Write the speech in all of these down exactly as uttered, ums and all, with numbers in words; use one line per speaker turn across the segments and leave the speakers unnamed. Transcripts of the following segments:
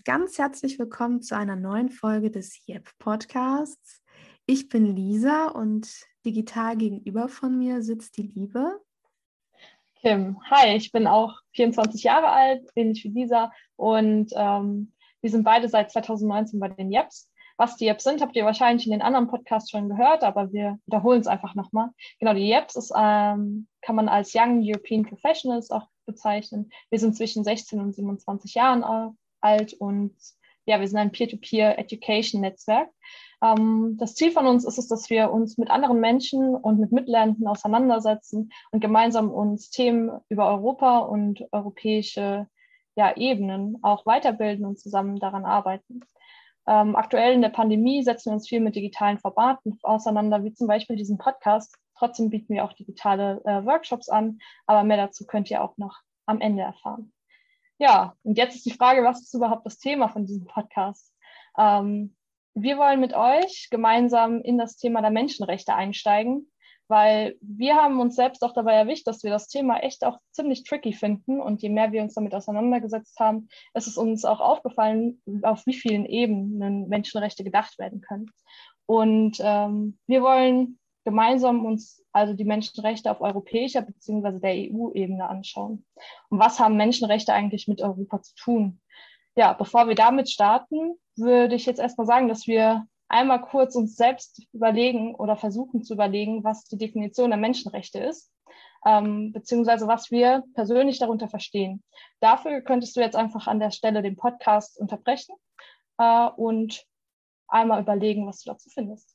ganz herzlich willkommen zu einer neuen Folge des J E P-Podcasts. Ich bin Lisa und digital gegenüber von mir sitzt die liebe
Kim. Hi, ich bin auch vierundzwanzig Jahre alt, ähnlich wie Lisa, und ähm, wir sind beide seit zweitausendneunzehn bei den J E Ps. Was die J E Ps sind, habt ihr wahrscheinlich in den anderen Podcasts schon gehört, aber wir wiederholen es einfach nochmal. Genau, die J E Ps ist, ähm, kann man als Young European Professionals auch bezeichnen. Wir sind zwischen sechzehn und siebenundzwanzig Jahren äh, alt und ja, wir sind ein Peer-to-Peer-Education-Netzwerk. Ähm, das Ziel von uns ist es, dass wir uns mit anderen Menschen und mit Mitlernenden auseinandersetzen und gemeinsam uns Themen über Europa und europäische ja, Ebenen auch weiterbilden und zusammen daran arbeiten. Ähm, aktuell in der Pandemie setzen wir uns viel mit digitalen Formaten auseinander, wie zum Beispiel diesen Podcast. Trotzdem bieten wir auch digitale äh, Workshops an, aber mehr dazu könnt ihr auch noch am Ende erfahren. Ja, und jetzt ist die Frage, was ist überhaupt das Thema von diesem Podcast? Ähm, wir wollen mit euch gemeinsam in das Thema der Menschenrechte einsteigen, weil wir haben uns selbst auch dabei erwischt, dass wir das Thema echt auch ziemlich tricky finden. Und je mehr wir uns damit auseinandergesetzt haben, ist es uns auch aufgefallen, auf wie vielen Ebenen Menschenrechte gedacht werden können. Und ähm, wir wollen gemeinsam uns also die Menschenrechte auf europäischer bzw. der E U-Ebene anschauen. Und was haben Menschenrechte eigentlich mit Europa zu tun? Ja, bevor wir damit starten, würde ich jetzt erstmal sagen, dass wir einmal kurz uns selbst überlegen oder versuchen zu überlegen, was die Definition der Menschenrechte ist, ähm, beziehungsweise was wir persönlich darunter verstehen. Dafür könntest du jetzt einfach an der Stelle den Podcast unterbrechen äh, und einmal überlegen, was du dazu findest.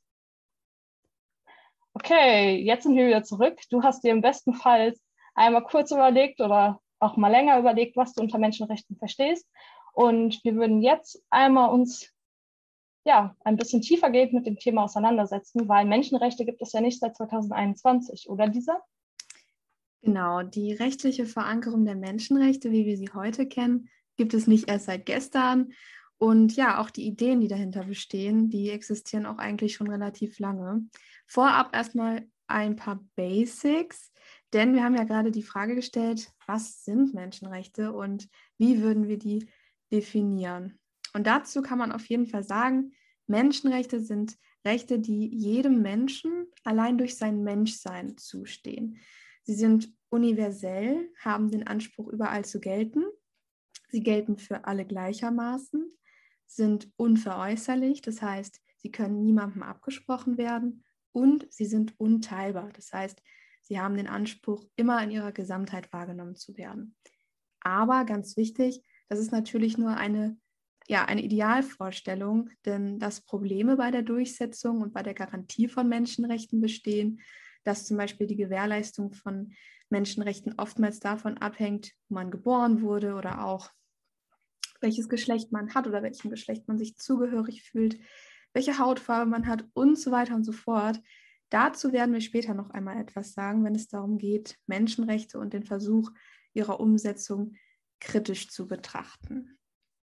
Okay, jetzt sind wir wieder zurück. Du hast dir im besten Fall einmal kurz überlegt oder auch mal länger überlegt, was du unter Menschenrechten verstehst. Und wir würden jetzt einmal uns ja ein bisschen tiefer gehend mit dem Thema auseinandersetzen, weil Menschenrechte gibt es ja nicht seit zweitausendeinundzwanzig, oder Lisa?
Genau, die rechtliche Verankerung der Menschenrechte, wie wir sie heute kennen, gibt es nicht erst seit gestern. Und ja, auch die Ideen, die dahinter bestehen, die existieren auch eigentlich schon relativ lange. Vorab erstmal ein paar Basics, denn wir haben ja gerade die Frage gestellt, was sind Menschenrechte und wie würden wir die definieren? Und dazu kann man auf jeden Fall sagen, Menschenrechte sind Rechte, die jedem Menschen allein durch sein Menschsein zustehen. Sie sind universell, haben den Anspruch, überall zu gelten. Sie gelten für alle gleichermaßen, sind unveräußerlich, das heißt, sie können niemandem abgesprochen werden und sie sind unteilbar, das heißt, sie haben den Anspruch, immer in ihrer Gesamtheit wahrgenommen zu werden. Aber ganz wichtig, das ist natürlich nur eine, ja, eine Idealvorstellung, denn dass Probleme bei der Durchsetzung und bei der Garantie von Menschenrechten bestehen, dass zum Beispiel die Gewährleistung von Menschenrechten oftmals davon abhängt, wo man geboren wurde oder auch welches Geschlecht man hat oder welchem Geschlecht man sich zugehörig fühlt, welche Hautfarbe man hat und so weiter und so fort. Dazu werden wir später noch einmal etwas sagen, wenn es darum geht, Menschenrechte und den Versuch ihrer Umsetzung kritisch zu betrachten.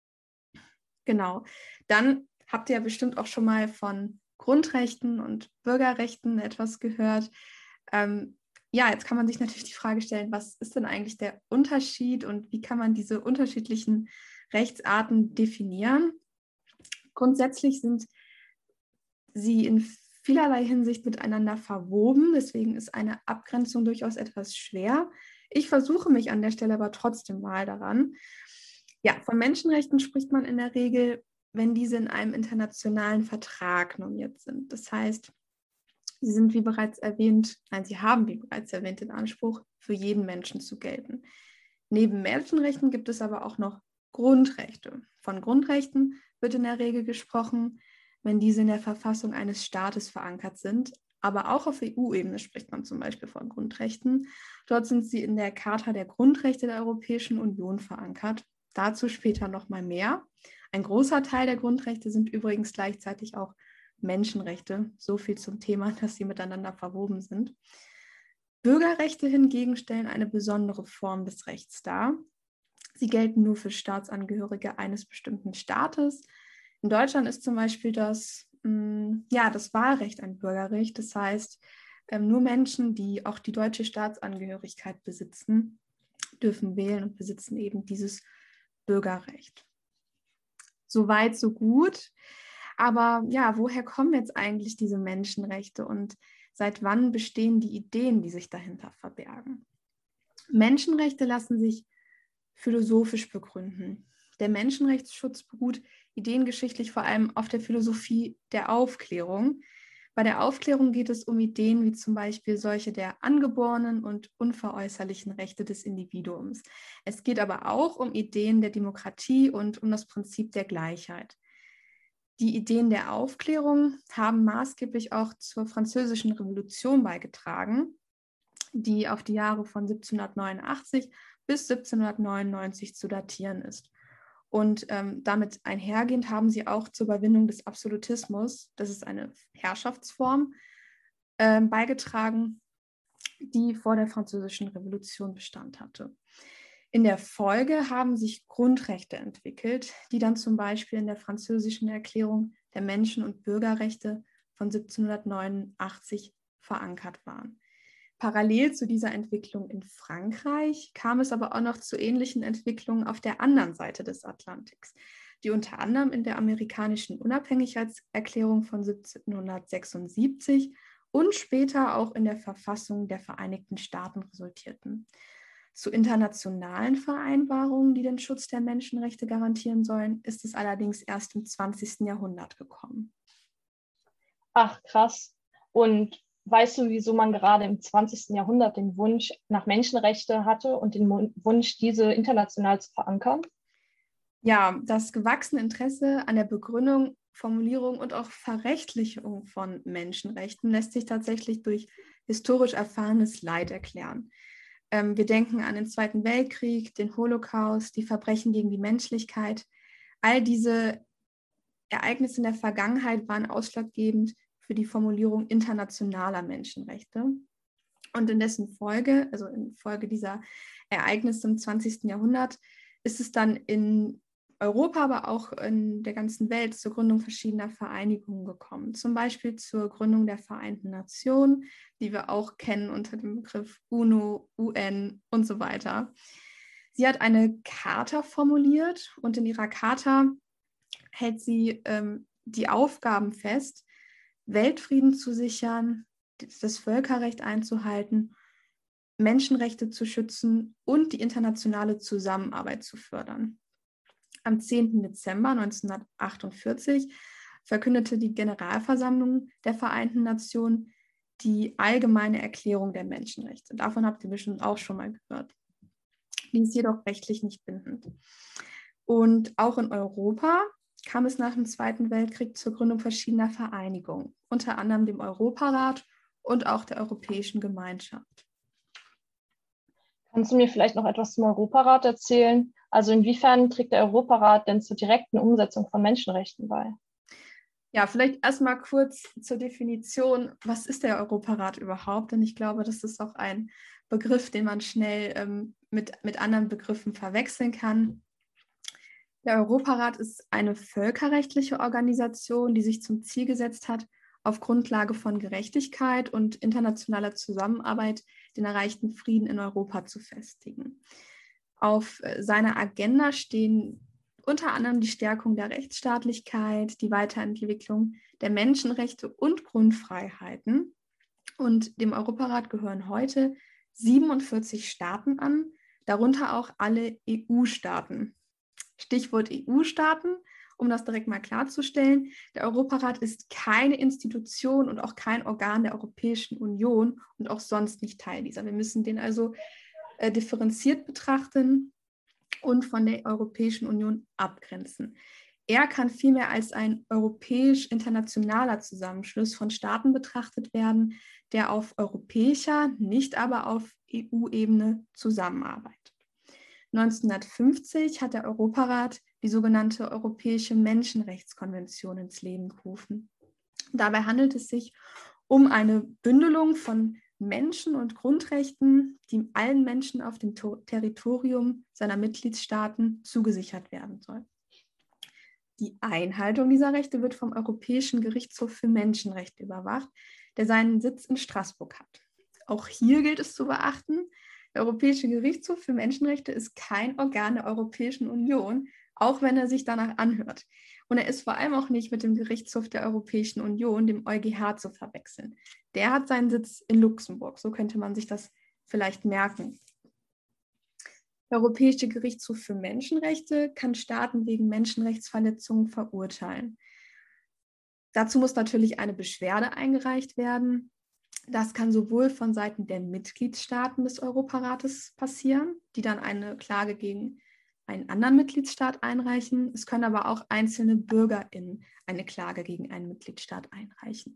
Genau, dann habt ihr ja bestimmt auch schon mal von Grundrechten und Bürgerrechten etwas gehört. Ähm, ja, jetzt kann man sich natürlich die Frage stellen, was ist denn eigentlich der Unterschied und wie kann man diese unterschiedlichen Rechtsarten definieren? Grundsätzlich sind sie in vielerlei Hinsicht miteinander verwoben, deswegen ist eine Abgrenzung durchaus etwas schwer. Ich versuche mich an der Stelle aber trotzdem mal daran. Ja, von Menschenrechten spricht man in der Regel, wenn diese in einem internationalen Vertrag normiert sind. Das heißt, sie sind, wie bereits erwähnt, nein, sie haben, wie bereits erwähnt, den Anspruch, für jeden Menschen zu gelten. Neben Menschenrechten gibt es aber auch noch Grundrechte. Von Grundrechten wird in der Regel gesprochen, wenn diese in der Verfassung eines Staates verankert sind. Aber auch auf E U-Ebene spricht man zum Beispiel von Grundrechten. Dort sind sie in der Charta der Grundrechte der Europäischen Union verankert. Dazu später noch mal mehr. Ein großer Teil der Grundrechte sind übrigens gleichzeitig auch Menschenrechte. So viel zum Thema, dass sie miteinander verwoben sind. Bürgerrechte hingegen stellen eine besondere Form des Rechts dar. Sie gelten nur für Staatsangehörige eines bestimmten Staates. In Deutschland ist zum Beispiel das, mh, ja, das Wahlrecht ein Bürgerrecht. Das heißt, ähm, nur Menschen, die auch die deutsche Staatsangehörigkeit besitzen, dürfen wählen und besitzen eben dieses Bürgerrecht. So weit, so gut. Aber ja, woher kommen jetzt eigentlich diese Menschenrechte und seit wann bestehen die Ideen, die sich dahinter verbergen? Menschenrechte lassen sich philosophisch begründen. Der Menschenrechtsschutz beruht ideengeschichtlich vor allem auf der Philosophie der Aufklärung. Bei der Aufklärung geht es um Ideen wie zum Beispiel solche der angeborenen und unveräußerlichen Rechte des Individuums. Es geht aber auch um Ideen der Demokratie und um das Prinzip der Gleichheit. Die Ideen der Aufklärung haben maßgeblich auch zur Französischen Revolution beigetragen, die auf die Jahre von siebzehnhundertneunundachtzig bis siebzehnhundertneunundneunzig zu datieren ist. Und ähm, damit einhergehend haben sie auch zur Überwindung des Absolutismus, das ist eine Herrschaftsform, äh, beigetragen, die vor der Französischen Revolution Bestand hatte. In der Folge haben sich Grundrechte entwickelt, die dann zum Beispiel in der Französischen Erklärung der Menschen- und Bürgerrechte von siebzehnhundertneunundachtzig verankert waren. Parallel zu dieser Entwicklung in Frankreich kam es aber auch noch zu ähnlichen Entwicklungen auf der anderen Seite des Atlantiks, die unter anderem in der amerikanischen Unabhängigkeitserklärung von siebzehnhundertsechsundsiebzig und später auch in der Verfassung der Vereinigten Staaten resultierten. Zu internationalen Vereinbarungen, die den Schutz der Menschenrechte garantieren sollen, ist es allerdings erst im zwanzigsten Jahrhundert gekommen.
Ach, krass. Und weißt du, wieso man gerade im zwanzigsten Jahrhundert den Wunsch nach Menschenrechte hatte und den Wunsch, diese international zu verankern?
Ja, das gewachsene Interesse an der Begründung, Formulierung und auch Verrechtlichung von Menschenrechten lässt sich tatsächlich durch historisch erfahrenes Leid erklären. Ähm, wir denken an den Zweiten Weltkrieg, den Holocaust, die Verbrechen gegen die Menschlichkeit. All diese Ereignisse in der Vergangenheit waren ausschlaggebend für die Formulierung internationaler Menschenrechte. Und in dessen Folge, also in Folge dieser Ereignisse im zwanzigsten Jahrhundert, ist es dann in Europa, aber auch in der ganzen Welt zur Gründung verschiedener Vereinigungen gekommen. Zum Beispiel zur Gründung der Vereinten Nationen, die wir auch kennen unter dem Begriff UNO, U N und so weiter. Sie hat eine Charta formuliert und in ihrer Charta hält sie ähm, die Aufgaben fest, Weltfrieden zu sichern, das Völkerrecht einzuhalten, Menschenrechte zu schützen und die internationale Zusammenarbeit zu fördern. Am zehnten Dezember neunzehnhundertachtundvierzig verkündete die Generalversammlung der Vereinten Nationen die Allgemeine Erklärung der Menschenrechte. Davon habt ihr bestimmt auch schon mal gehört. Die ist jedoch rechtlich nicht bindend. Und auch in Europa kam es nach dem Zweiten Weltkrieg zur Gründung verschiedener Vereinigungen, unter anderem dem Europarat und auch der Europäischen Gemeinschaft.
Kannst du mir vielleicht noch etwas zum Europarat erzählen? Also inwiefern trägt der Europarat denn zur direkten Umsetzung von Menschenrechten bei?
Ja, vielleicht erstmal kurz zur Definition, was ist der Europarat überhaupt? Denn ich glaube, das ist auch ein Begriff, den man schnell ähm, mit, mit anderen Begriffen verwechseln kann. Der Europarat ist eine völkerrechtliche Organisation, die sich zum Ziel gesetzt hat, auf Grundlage von Gerechtigkeit und internationaler Zusammenarbeit den erreichten Frieden in Europa zu festigen. Auf seiner Agenda stehen unter anderem die Stärkung der Rechtsstaatlichkeit, die Weiterentwicklung der Menschenrechte und Grundfreiheiten. Und dem Europarat gehören heute siebenundvierzig Staaten an, darunter auch alle E U-Staaten. Stichwort E U-Staaten, um das direkt mal klarzustellen. Der Europarat ist keine Institution und auch kein Organ der Europäischen Union und auch sonst nicht Teil dieser. Wir müssen den also äh, differenziert betrachten und von der Europäischen Union abgrenzen. Er kann vielmehr als ein europäisch-internationaler Zusammenschluss von Staaten betrachtet werden, der auf europäischer, nicht aber auf E U-Ebene zusammenarbeitet. neunzehnhundertfünfzig hat der Europarat die sogenannte Europäische Menschenrechtskonvention ins Leben gerufen. Dabei handelt es sich um eine Bündelung von Menschen- und Grundrechten, die allen Menschen auf dem Territorium seiner Mitgliedstaaten zugesichert werden soll. Die Einhaltung dieser Rechte wird vom Europäischen Gerichtshof für Menschenrechte überwacht, der seinen Sitz in Straßburg hat. Auch hier gilt es zu beachten, der Europäische Gerichtshof für Menschenrechte ist kein Organ der Europäischen Union, auch wenn er sich danach anhört. Und er ist vor allem auch nicht mit dem Gerichtshof der Europäischen Union, dem EuGH, zu verwechseln. Der hat seinen Sitz in Luxemburg, so könnte man sich das vielleicht merken. Der Europäische Gerichtshof für Menschenrechte kann Staaten wegen Menschenrechtsverletzungen verurteilen. Dazu muss natürlich eine Beschwerde eingereicht werden. Das kann sowohl von Seiten der Mitgliedstaaten des Europarates passieren, die dann eine Klage gegen einen anderen Mitgliedstaat einreichen. Es können aber auch einzelne BürgerInnen eine Klage gegen einen Mitgliedstaat einreichen.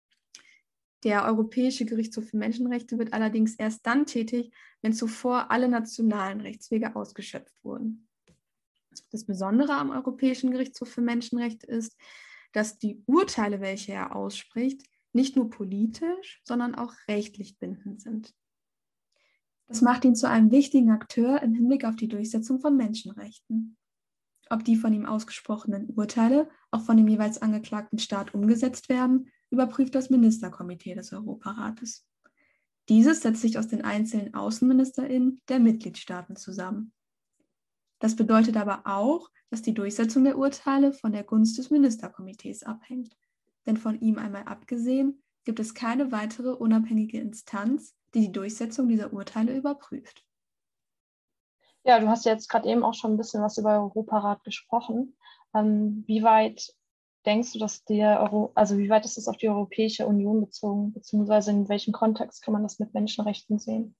Der Europäische Gerichtshof für Menschenrechte wird allerdings erst dann tätig, wenn zuvor alle nationalen Rechtswege ausgeschöpft wurden. Das Besondere am Europäischen Gerichtshof für Menschenrechte ist, dass die Urteile, welche er ausspricht, nicht nur politisch, sondern auch rechtlich bindend sind. Das macht ihn zu einem wichtigen Akteur im Hinblick auf die Durchsetzung von Menschenrechten. Ob die von ihm ausgesprochenen Urteile auch von dem jeweils angeklagten Staat umgesetzt werden, überprüft das Ministerkomitee des Europarates. Dieses setzt sich aus den einzelnen AußenministerInnen der Mitgliedstaaten zusammen. Das bedeutet aber auch, dass die Durchsetzung der Urteile von der Gunst des Ministerkomitees abhängt. Denn von ihm einmal abgesehen, gibt es keine weitere unabhängige Instanz, die die Durchsetzung dieser Urteile überprüft.
Ja, du hast jetzt gerade eben auch schon ein bisschen was über Europarat gesprochen. Ähm, wie weit denkst du, dass der Euro, also wie weit ist das auf die Europäische Union bezogen, beziehungsweise in welchem Kontext kann man das mit Menschenrechten sehen?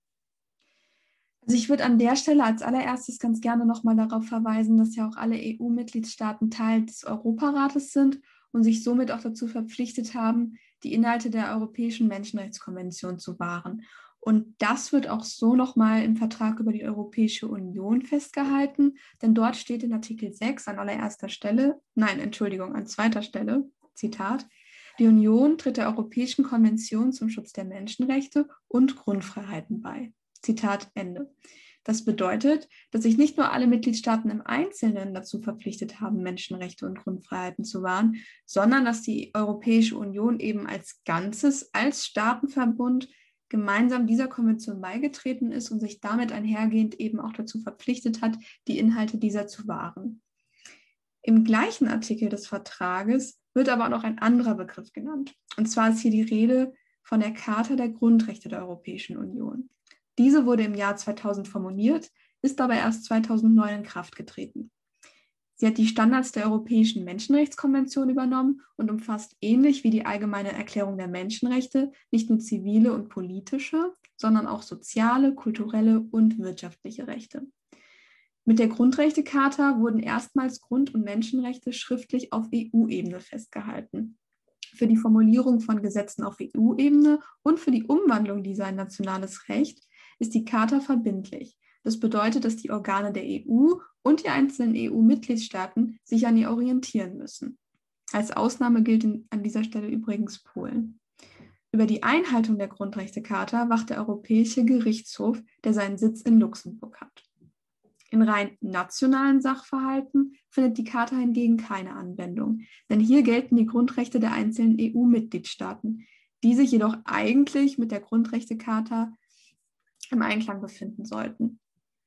Also ich würde an der Stelle als allererstes ganz gerne nochmal darauf verweisen, dass ja auch alle E U-Mitgliedstaaten Teil des Europarates sind und sich somit auch dazu verpflichtet haben, die Inhalte der Europäischen Menschenrechtskonvention zu wahren. Und das wird auch so nochmal im Vertrag über die Europäische Union festgehalten, denn dort steht in Artikel sechs an allererster Stelle, nein, Entschuldigung, an zweiter Stelle, Zitat, die Union tritt der Europäischen Konvention zum Schutz der Menschenrechte und Grundfreiheiten bei. Zitat Ende. Das bedeutet, dass sich nicht nur alle Mitgliedstaaten im Einzelnen dazu verpflichtet haben, Menschenrechte und Grundfreiheiten zu wahren, sondern dass die Europäische Union eben als Ganzes, als Staatenverbund gemeinsam dieser Konvention beigetreten ist und sich damit einhergehend eben auch dazu verpflichtet hat, die Inhalte dieser zu wahren. Im gleichen Artikel des Vertrages wird aber auch noch ein anderer Begriff genannt. Und zwar ist hier die Rede von der Charta der Grundrechte der Europäischen Union. Diese wurde im Jahr zweitausend formuliert, ist aber erst zweitausendneun in Kraft getreten. Sie hat die Standards der Europäischen Menschenrechtskonvention übernommen und umfasst ähnlich wie die Allgemeine Erklärung der Menschenrechte nicht nur zivile und politische, sondern auch soziale, kulturelle und wirtschaftliche Rechte. Mit der Grundrechtecharta wurden erstmals Grund- und Menschenrechte schriftlich auf E U-Ebene festgehalten. Für die Formulierung von Gesetzen auf E U-Ebene und für die Umwandlung dieser in nationales Recht ist die Charta verbindlich. Das bedeutet, dass die Organe der E U und die einzelnen E U-Mitgliedstaaten sich an ihr orientieren müssen. Als Ausnahme gilt in, an dieser Stelle übrigens Polen. Über die Einhaltung der Grundrechtecharta wacht der Europäische Gerichtshof, der seinen Sitz in Luxemburg hat. In rein nationalen Sachverhalten findet die Charta hingegen keine Anwendung, denn hier gelten die Grundrechte der einzelnen E U-Mitgliedstaaten, die sich jedoch eigentlich mit der Grundrechtecharta im Einklang befinden sollten.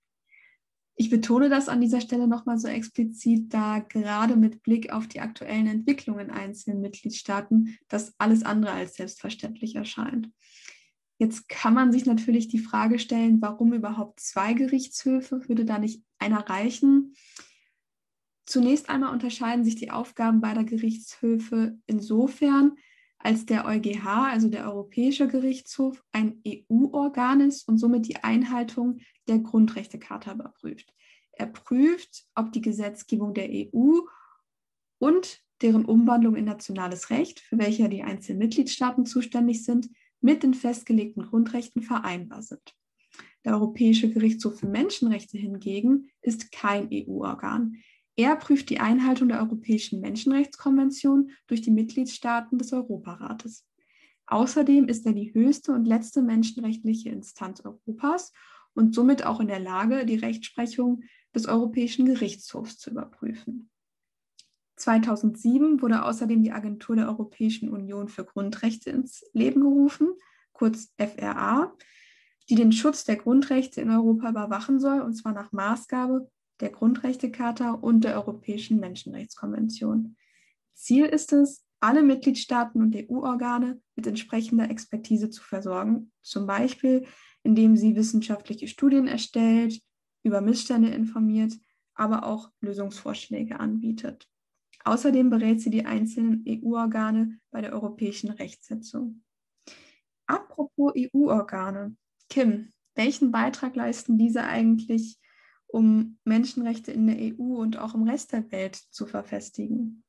Ich betone das an dieser Stelle nochmal so explizit, da gerade mit Blick auf die aktuellen Entwicklungen in einzelnen Mitgliedstaaten das alles andere als selbstverständlich erscheint. Jetzt kann man sich natürlich die Frage stellen, warum überhaupt zwei Gerichtshöfe, würde da nicht einer reichen? Zunächst einmal unterscheiden sich die Aufgaben beider Gerichtshöfe insofern, als der EuGH, also der Europäische Gerichtshof, ein E U-Organ ist und somit die Einhaltung der Grundrechtecharta überprüft. Er prüft, ob die Gesetzgebung der E U und deren Umwandlung in nationales Recht, für welche die einzelnen Mitgliedstaaten zuständig sind, mit den festgelegten Grundrechten vereinbar sind. Der Europäische Gerichtshof für Menschenrechte hingegen ist kein E U-Organ. Er prüft die Einhaltung der Europäischen Menschenrechtskonvention durch die Mitgliedstaaten des Europarates. Außerdem ist er die höchste und letzte menschenrechtliche Instanz Europas und somit auch in der Lage, die Rechtsprechung des Europäischen Gerichtshofs zu überprüfen. zweitausendsieben wurde außerdem die Agentur der Europäischen Union für Grundrechte ins Leben gerufen, kurz F R A, die den Schutz der Grundrechte in Europa überwachen soll, und zwar nach Maßgabe der Grundrechtecharta und der Europäischen Menschenrechtskonvention. Ziel ist es, alle Mitgliedstaaten und E U-Organe mit entsprechender Expertise zu versorgen, zum Beispiel indem sie wissenschaftliche Studien erstellt, über Missstände informiert, aber auch Lösungsvorschläge anbietet. Außerdem berät sie die einzelnen E U-Organe bei der europäischen Rechtsetzung. Apropos E U-Organe. Kim, welchen Beitrag leisten diese eigentlich, um Menschenrechte in der E U und auch im Rest der Welt zu verfestigen?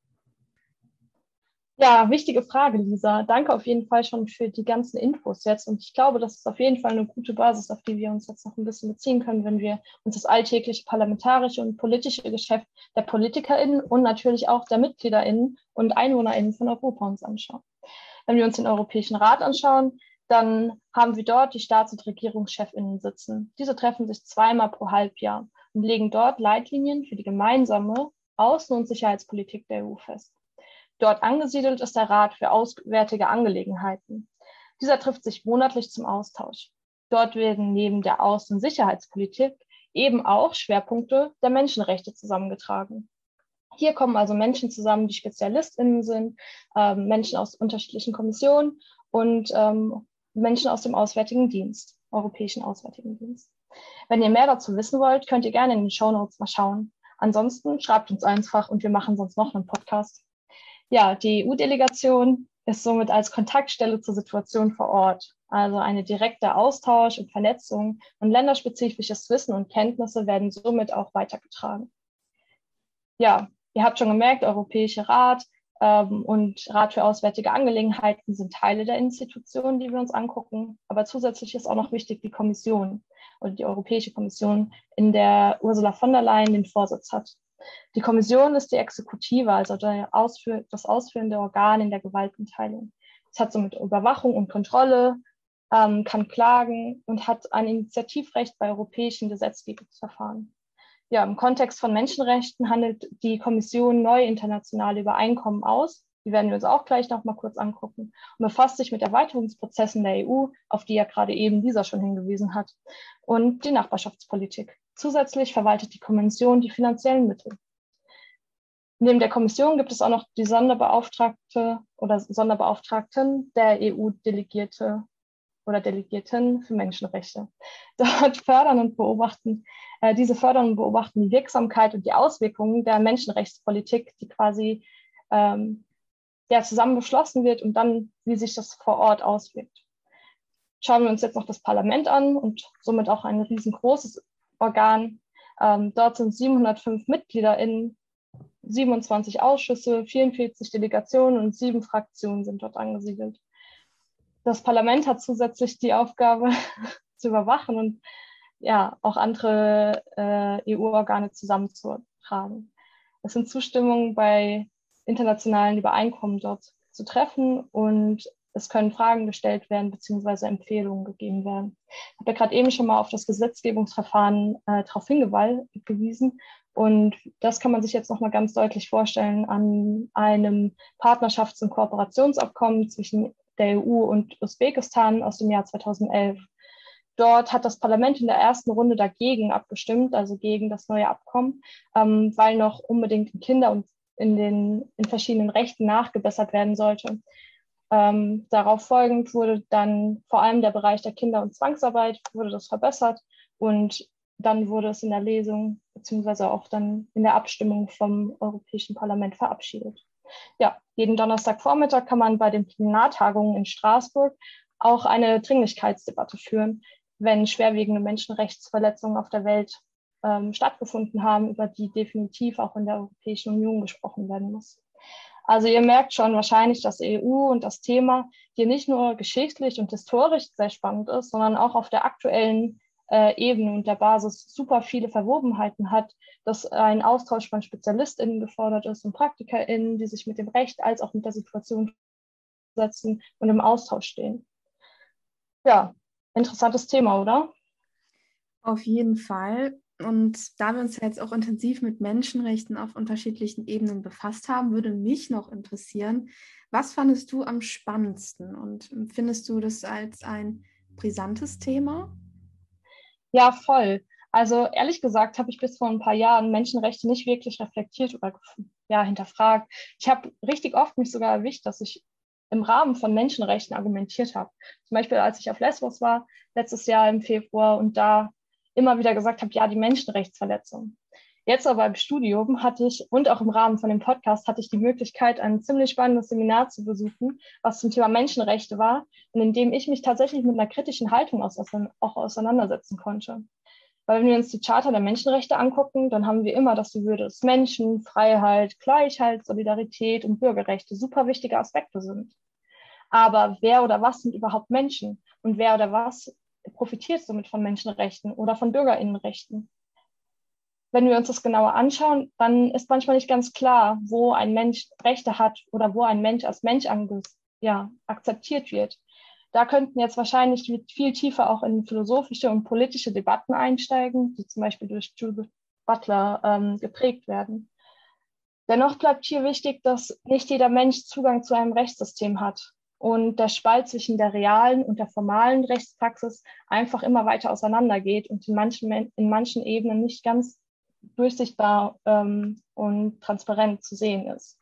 Ja, wichtige Frage, Lisa. Danke auf jeden Fall schon für die ganzen Infos jetzt. Und ich glaube, das ist auf jeden Fall eine gute Basis, auf die wir uns jetzt noch ein bisschen beziehen können, wenn wir uns das alltägliche parlamentarische und politische Geschäft der PolitikerInnen und natürlich auch der MitgliederInnen und EinwohnerInnen von Europa uns anschauen. Wenn wir uns den Europäischen Rat anschauen, dann haben wir dort die Staats- und RegierungschefInnen sitzen. Diese treffen sich zweimal pro Halbjahr und legen dort Leitlinien für die gemeinsame Außen- und Sicherheitspolitik der E U fest. Dort angesiedelt ist der Rat für Auswärtige Angelegenheiten. Dieser trifft sich monatlich zum Austausch. Dort werden neben der Außen- und Sicherheitspolitik eben auch Schwerpunkte der Menschenrechte zusammengetragen. Hier kommen also Menschen zusammen, die SpezialistInnen sind, äh, Menschen aus unterschiedlichen Kommissionen und ähm, Menschen aus dem Auswärtigen Dienst, Europäischen Auswärtigen Dienst. Wenn ihr mehr dazu wissen wollt, könnt ihr gerne in den Shownotes mal schauen. Ansonsten schreibt uns einfach und wir machen sonst noch einen Podcast. Ja, die E U-Delegation ist somit als Kontaktstelle zur Situation vor Ort. Also eine direkte Austausch und Vernetzung und länderspezifisches Wissen und Kenntnisse werden somit auch weitergetragen. Ja, ihr habt schon gemerkt, Europäischer Rat ähm, und Rat für Auswärtige Angelegenheiten sind Teile der Institutionen, die wir uns angucken. Aber zusätzlich ist auch noch wichtig die Kommission oder die Europäische Kommission, in der Ursula von der Leyen den Vorsitz hat. Die Kommission ist die Exekutive, also Ausführ- das ausführende Organ in der Gewaltenteilung. Es hat somit Überwachung und Kontrolle, ähm, kann klagen und hat ein Initiativrecht bei europäischen Gesetzgebungsverfahren. Ja, im Kontext von Menschenrechten handelt die Kommission neue internationale Übereinkommen aus. Die werden wir uns auch gleich noch mal kurz angucken und befasst sich mit Erweiterungsprozessen der E U, auf die ja gerade eben dieser schon hingewiesen hat, und die Nachbarschaftspolitik. Zusätzlich verwaltet die Kommission die finanziellen Mittel. Neben der Kommission gibt es auch noch die Sonderbeauftragte oder Sonderbeauftragten der E U-Delegierte oder Delegierten für Menschenrechte. Dort fördern und beobachten, äh, diese fördern und beobachten die Wirksamkeit und die Auswirkungen der Menschenrechtspolitik, die quasi ähm, ja, zusammen beschlossen wird und dann, wie sich das vor Ort auswirkt. Schauen wir uns jetzt noch das Parlament an und somit auch ein riesengroßes Organ. Ähm, dort sind siebenhundertfünf MitgliederInnen, siebenundzwanzig Ausschüsse, vierundvierzig Delegationen und sieben Fraktionen sind dort angesiedelt. Das Parlament hat zusätzlich die Aufgabe zu überwachen und ja, auch andere äh, E U-Organe zusammenzutragen. Es sind Zustimmungen bei internationalen Übereinkommen dort zu treffen und es können Fragen gestellt werden bzw. Empfehlungen gegeben werden. Ich habe ja gerade eben schon mal auf das Gesetzgebungsverfahren äh, darauf hingewiesen und das kann man sich jetzt nochmal ganz deutlich vorstellen an einem Partnerschafts- und Kooperationsabkommen zwischen der E U und Usbekistan aus dem Jahr zweitausendelf. Dort hat das Parlament in der ersten Runde dagegen abgestimmt, also gegen das neue Abkommen, ähm, weil noch unbedingt in Kinder- und in den in verschiedenen Rechten nachgebessert werden sollte. Ähm, darauf folgend wurde dann vor allem der Bereich der Kinder- und Zwangsarbeit wurde das verbessert und dann wurde es in der Lesung beziehungsweise auch dann in der Abstimmung vom Europäischen Parlament verabschiedet. Ja, jeden Donnerstagvormittag kann man bei den Plenartagungen in Straßburg auch eine Dringlichkeitsdebatte führen, wenn schwerwiegende Menschenrechtsverletzungen auf der Welt ähm, stattgefunden haben, über die definitiv auch in der Europäischen Union gesprochen werden muss. Also ihr merkt schon wahrscheinlich, dass E U und das Thema hier nicht nur geschichtlich und historisch sehr spannend ist, sondern auch auf der aktuellen äh, Ebene und der Basis super viele Verwobenheiten hat, dass ein Austausch von SpezialistInnen gefordert ist und PraktikerInnen, die sich mit dem Recht als auch mit der Situation setzen und im Austausch stehen. Ja, interessantes Thema, oder?
Auf jeden Fall. Und da wir uns jetzt auch intensiv mit Menschenrechten auf unterschiedlichen Ebenen befasst haben, würde mich noch interessieren, was fandest du am spannendsten und findest du das als ein brisantes Thema?
Ja, voll. Also ehrlich gesagt habe ich bis vor ein paar Jahren Menschenrechte nicht wirklich reflektiert oder ja, hinterfragt. Ich habe richtig oft mich sogar erwischt, dass ich im Rahmen von Menschenrechten argumentiert habe. Zum Beispiel, als ich auf Lesbos war, letztes Jahr im Februar, und da immer wieder gesagt habe, ja, die Menschenrechtsverletzung. Jetzt aber im Studium hatte ich und auch im Rahmen von dem Podcast hatte ich die Möglichkeit, ein ziemlich spannendes Seminar zu besuchen, was zum Thema Menschenrechte war und in dem ich mich tatsächlich mit einer kritischen Haltung auch auseinandersetzen konnte. Weil wenn wir uns die Charta der Menschenrechte angucken, dann haben wir immer, dass die Würde des Menschen, Freiheit, Gleichheit, Solidarität und Bürgerrechte super wichtige Aspekte sind. Aber wer oder was sind überhaupt Menschen? Und wer oder was profitiert somit von Menschenrechten oder von BürgerInnenrechten? Wenn wir uns das genauer anschauen, dann ist manchmal nicht ganz klar, wo ein Mensch Rechte hat oder wo ein Mensch als Mensch ja, akzeptiert wird. Da könnten jetzt wahrscheinlich viel tiefer auch in philosophische und politische Debatten einsteigen, die zum Beispiel durch Judith Butler ähm, geprägt werden. Dennoch bleibt hier wichtig, dass nicht jeder Mensch Zugang zu einem Rechtssystem hat und der Spalt zwischen der realen und der formalen Rechtspraxis einfach immer weiter auseinandergeht und in manchen, in manchen Ebenen nicht ganz durchsichtbar ähm, und transparent zu sehen ist.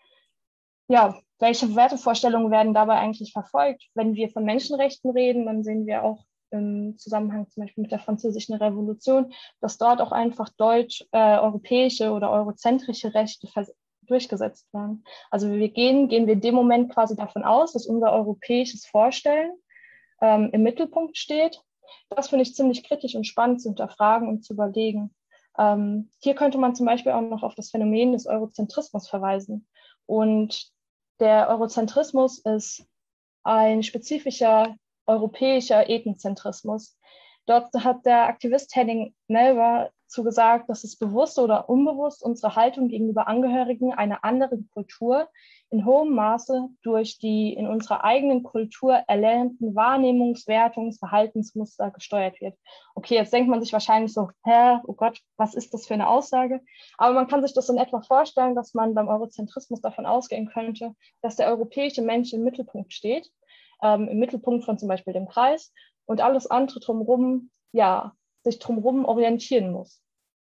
Ja, welche Wertevorstellungen werden dabei eigentlich verfolgt? Wenn wir von Menschenrechten reden, dann sehen wir auch im Zusammenhang zum Beispiel mit der Französischen Revolution, dass dort auch einfach deutsch, äh, europäische oder eurozentrische Rechte durchgesetzt werden. Also wir gehen, gehen wir in dem Moment quasi davon aus, dass unser europäisches Vorstellen ähm, im Mittelpunkt steht. Das finde ich ziemlich kritisch und spannend zu hinterfragen und zu überlegen. Ähm, hier könnte man zum Beispiel auch noch auf das Phänomen des Eurozentrismus verweisen. Und der Eurozentrismus ist ein spezifischer europäischer Ethnozentrismus. Dort hat der Aktivist Henning Melber zugesagt, dass es bewusst oder unbewusst unsere Haltung gegenüber Angehörigen einer anderen Kultur in hohem Maße durch die in unserer eigenen Kultur erlernten Wahrnehmungs-, Wertungs-, Verhaltensmuster gesteuert wird. Okay, jetzt denkt man sich wahrscheinlich so, hä, oh Gott, was ist das für eine Aussage? Aber man kann sich das in etwa vorstellen, dass man beim Eurozentrismus davon ausgehen könnte, dass der europäische Mensch im Mittelpunkt steht, ähm, im Mittelpunkt von zum Beispiel dem Kreis und alles andere drumherum, ja, sich drumherum orientieren muss.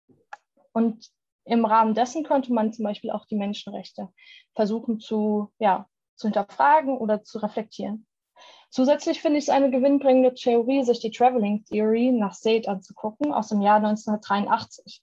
Und im Rahmen dessen könnte man zum Beispiel auch die Menschenrechte versuchen zu, ja, zu hinterfragen oder zu reflektieren. Zusätzlich finde ich es eine gewinnbringende Theorie, sich die Traveling Theory nach Said anzugucken, aus dem Jahr neunzehnhundertdreiundachtzig.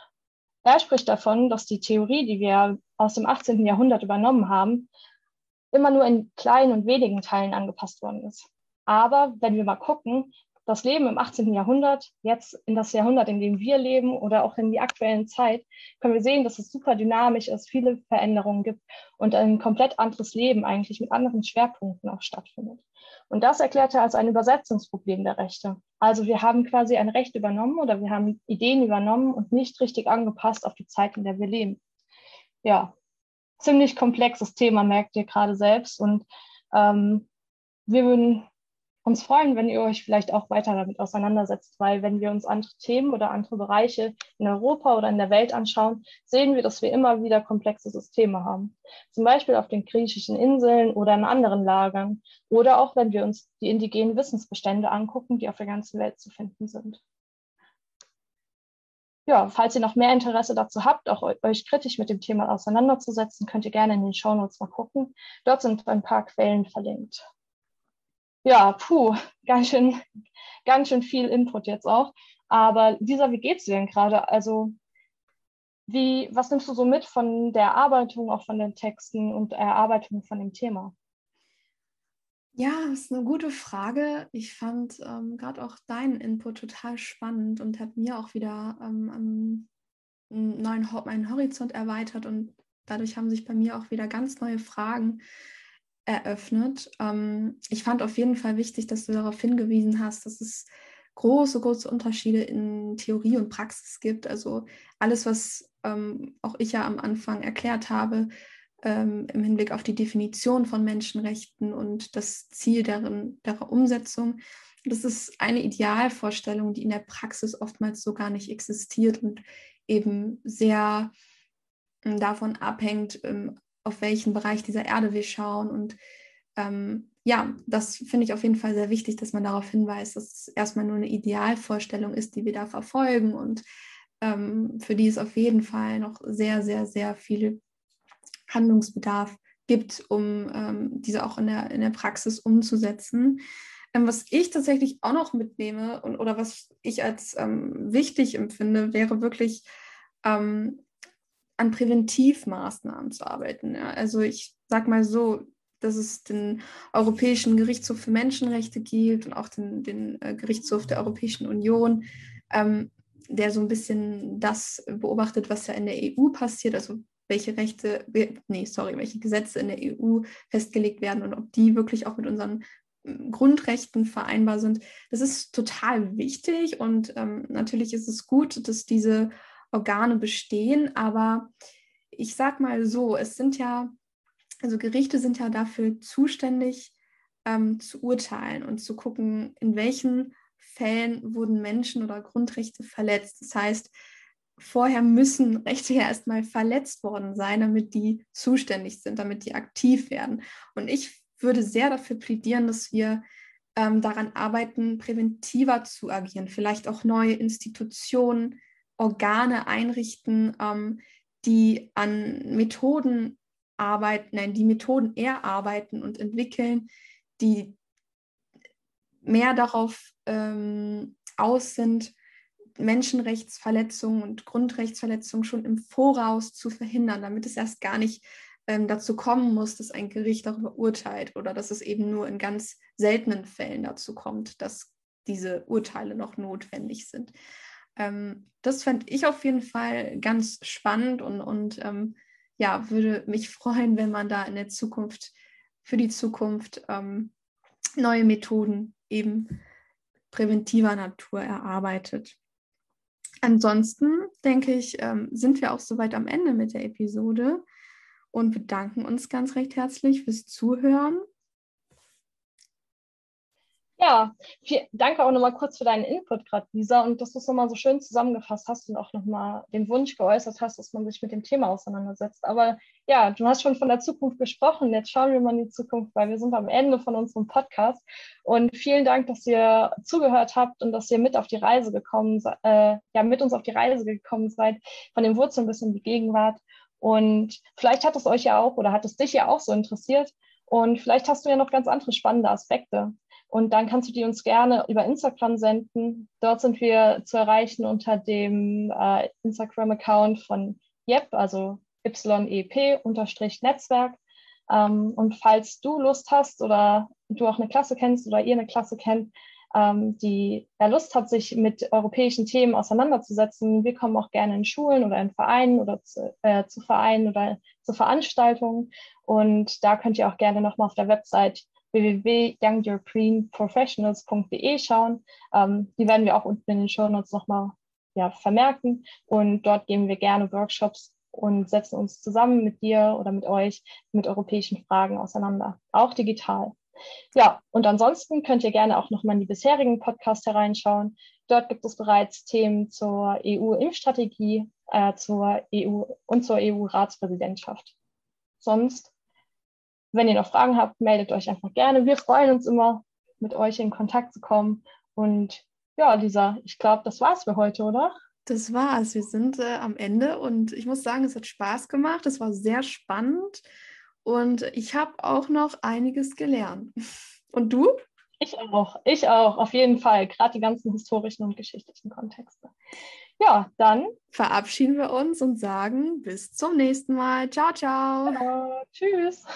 Er spricht davon, dass die Theorie, die wir aus dem achtzehnten Jahrhundert übernommen haben, immer nur in kleinen und wenigen Teilen angepasst worden ist. Aber wenn wir mal gucken, das Leben im achtzehnten Jahrhundert, jetzt in das Jahrhundert, in dem wir leben oder auch in die aktuellen Zeit, können wir sehen, dass es super dynamisch ist, viele Veränderungen gibt und ein komplett anderes Leben eigentlich mit anderen Schwerpunkten auch stattfindet. Und das erklärt er als ein Übersetzungsproblem der Rechte. Also wir haben quasi ein Recht übernommen oder wir haben Ideen übernommen und nicht richtig angepasst auf die Zeit, in der wir leben. Ja, ziemlich komplexes Thema, merkt ihr gerade selbst. Und ähm, wir würden uns freuen, wenn ihr euch vielleicht auch weiter damit auseinandersetzt, weil wenn wir uns andere Themen oder andere Bereiche in Europa oder in der Welt anschauen, sehen wir, dass wir immer wieder komplexe Systeme haben. Zum Beispiel auf den griechischen Inseln oder in anderen Lagern oder auch wenn wir uns die indigenen Wissensbestände angucken, die auf der ganzen Welt zu finden sind. Ja, falls ihr noch mehr Interesse dazu habt, auch euch kritisch mit dem Thema auseinanderzusetzen, könnt ihr gerne in den Shownotes mal gucken. Dort sind ein paar Quellen verlinkt. Ja, puh, ganz schön, ganz schön viel Input jetzt auch. Aber Lisa, wie geht's dir denn gerade? Also, wie, was nimmst du so mit von der Erarbeitung, auch von den Texten und Erarbeitung von dem Thema?
Ja, das ist eine gute Frage. Ich fand ähm, gerade auch deinen Input total spannend und hat mir auch wieder ähm, einen neuen meinen Horizont erweitert und dadurch haben sich bei mir auch wieder ganz neue Fragen eröffnet. Ähm, ich fand auf jeden Fall wichtig, dass du darauf hingewiesen hast, dass es große, große Unterschiede in Theorie und Praxis gibt. Also alles, was ähm, auch ich ja am Anfang erklärt habe, ähm, im Hinblick auf die Definition von Menschenrechten und das Ziel deren, der Umsetzung. Das ist eine Idealvorstellung, die in der Praxis oftmals so gar nicht existiert und eben sehr ähm, davon abhängt, ähm, auf welchen Bereich dieser Erde wir schauen und ähm, ja, das finde ich auf jeden Fall sehr wichtig, dass man darauf hinweist, dass es erstmal nur eine Idealvorstellung ist, die wir da verfolgen und ähm, für die es auf jeden Fall noch sehr, sehr, sehr viel Handlungsbedarf gibt, um ähm, diese auch in der, in der Praxis umzusetzen. Ähm, was ich tatsächlich auch noch mitnehme und, oder was ich als ähm, wichtig empfinde, wäre wirklich ähm, an Präventivmaßnahmen zu arbeiten. Ja? Also ich sage mal so, dass es den Europäischen Gerichtshof für Menschenrechte gibt und auch den, den äh, Gerichtshof der Europäischen Union, ähm, der so ein bisschen das beobachtet, was ja in der E U passiert, also welche Rechte, nee, sorry, welche Gesetze in der E U festgelegt werden und ob die wirklich auch mit unseren Grundrechten vereinbar sind. Das ist total wichtig und ähm, natürlich ist es gut, dass diese Organe bestehen, aber ich sag mal so, es sind ja, also Gerichte sind ja dafür zuständig, ähm, zu urteilen und zu gucken, in welchen Fällen wurden Menschen- oder Grundrechte verletzt. Das heißt, vorher müssen Rechte ja erstmal verletzt worden sein, damit die zuständig sind, damit die aktiv werden. Und ich würde sehr dafür plädieren, dass wir ähm, daran arbeiten, präventiver zu agieren, vielleicht auch neue Institutionen, Organe einrichten, ähm, die an Methoden arbeiten, nein, die Methoden erarbeiten und entwickeln, die mehr darauf ähm, aus sind, Menschenrechtsverletzungen und Grundrechtsverletzungen schon im Voraus zu verhindern, damit es erst gar nicht ähm, dazu kommen muss, dass ein Gericht darüber urteilt oder dass es eben nur in ganz seltenen Fällen dazu kommt, dass diese Urteile noch notwendig sind. Ähm, das fände ich auf jeden Fall ganz spannend und, und ähm, ja, würde mich freuen, wenn man da in der Zukunft, für die Zukunft ähm, neue Methoden eben präventiver Natur erarbeitet. Ansonsten denke ich, ähm, sind wir auch soweit am Ende mit der Episode und bedanken uns ganz recht herzlich fürs Zuhören.
Ja, viel, danke auch nochmal kurz für deinen Input gerade, Lisa, und dass du es nochmal so schön zusammengefasst hast und auch nochmal den Wunsch geäußert hast, dass man sich mit dem Thema auseinandersetzt. Aber ja, du hast schon von der Zukunft gesprochen. Jetzt schauen wir mal in die Zukunft, weil wir sind am Ende von unserem Podcast. Und vielen Dank, dass ihr zugehört habt und dass ihr mit auf die Reise gekommen seid, äh, ja, mit uns auf die Reise gekommen seid, von den Wurzeln bis in die Gegenwart. Und vielleicht hat es euch ja auch oder hat es dich ja auch so interessiert. Und vielleicht hast du ja noch ganz andere spannende Aspekte. Und dann kannst du die uns gerne über Instagram senden. Dort sind wir zu erreichen unter dem äh, Instagram-Account von Y E P, also Y E P-Netzwerk. Ähm, und falls du Lust hast oder du auch eine Klasse kennst oder ihr eine Klasse kennt, ähm, die ja, Lust hat, sich mit europäischen Themen auseinanderzusetzen, wir kommen auch gerne in Schulen oder in Vereinen oder zu, äh, zu Vereinen oder zu Veranstaltungen. Und da könnt ihr auch gerne nochmal auf der Website w w w punkt young european professionals punkt d e schauen. Ähm, die werden wir auch unten in den Shownotes nochmal ja, vermerken. Und dort geben wir gerne Workshops und setzen uns zusammen mit dir oder mit euch mit europäischen Fragen auseinander, auch digital. Ja, und ansonsten könnt ihr gerne auch nochmal in die bisherigen Podcasts hereinschauen. Dort gibt es bereits Themen zur E U-Impfstrategie, äh, zur E U und zur E U-Ratspräsidentschaft. Sonst, wenn ihr noch Fragen habt, meldet euch einfach gerne. Wir freuen uns immer, mit euch in Kontakt zu kommen. Und ja, Lisa, ich glaube, das war's für heute, oder?
Das war's. Wir sind äh, am Ende und ich muss sagen, es hat Spaß gemacht. Es war sehr spannend und ich habe auch noch einiges gelernt. Und du?
Ich auch, ich auch, auf jeden Fall. Gerade die ganzen historischen und geschichtlichen Kontexte. Ja, dann
verabschieden wir uns und sagen bis zum nächsten Mal. Ciao, ciao.
Genau. Tschüss.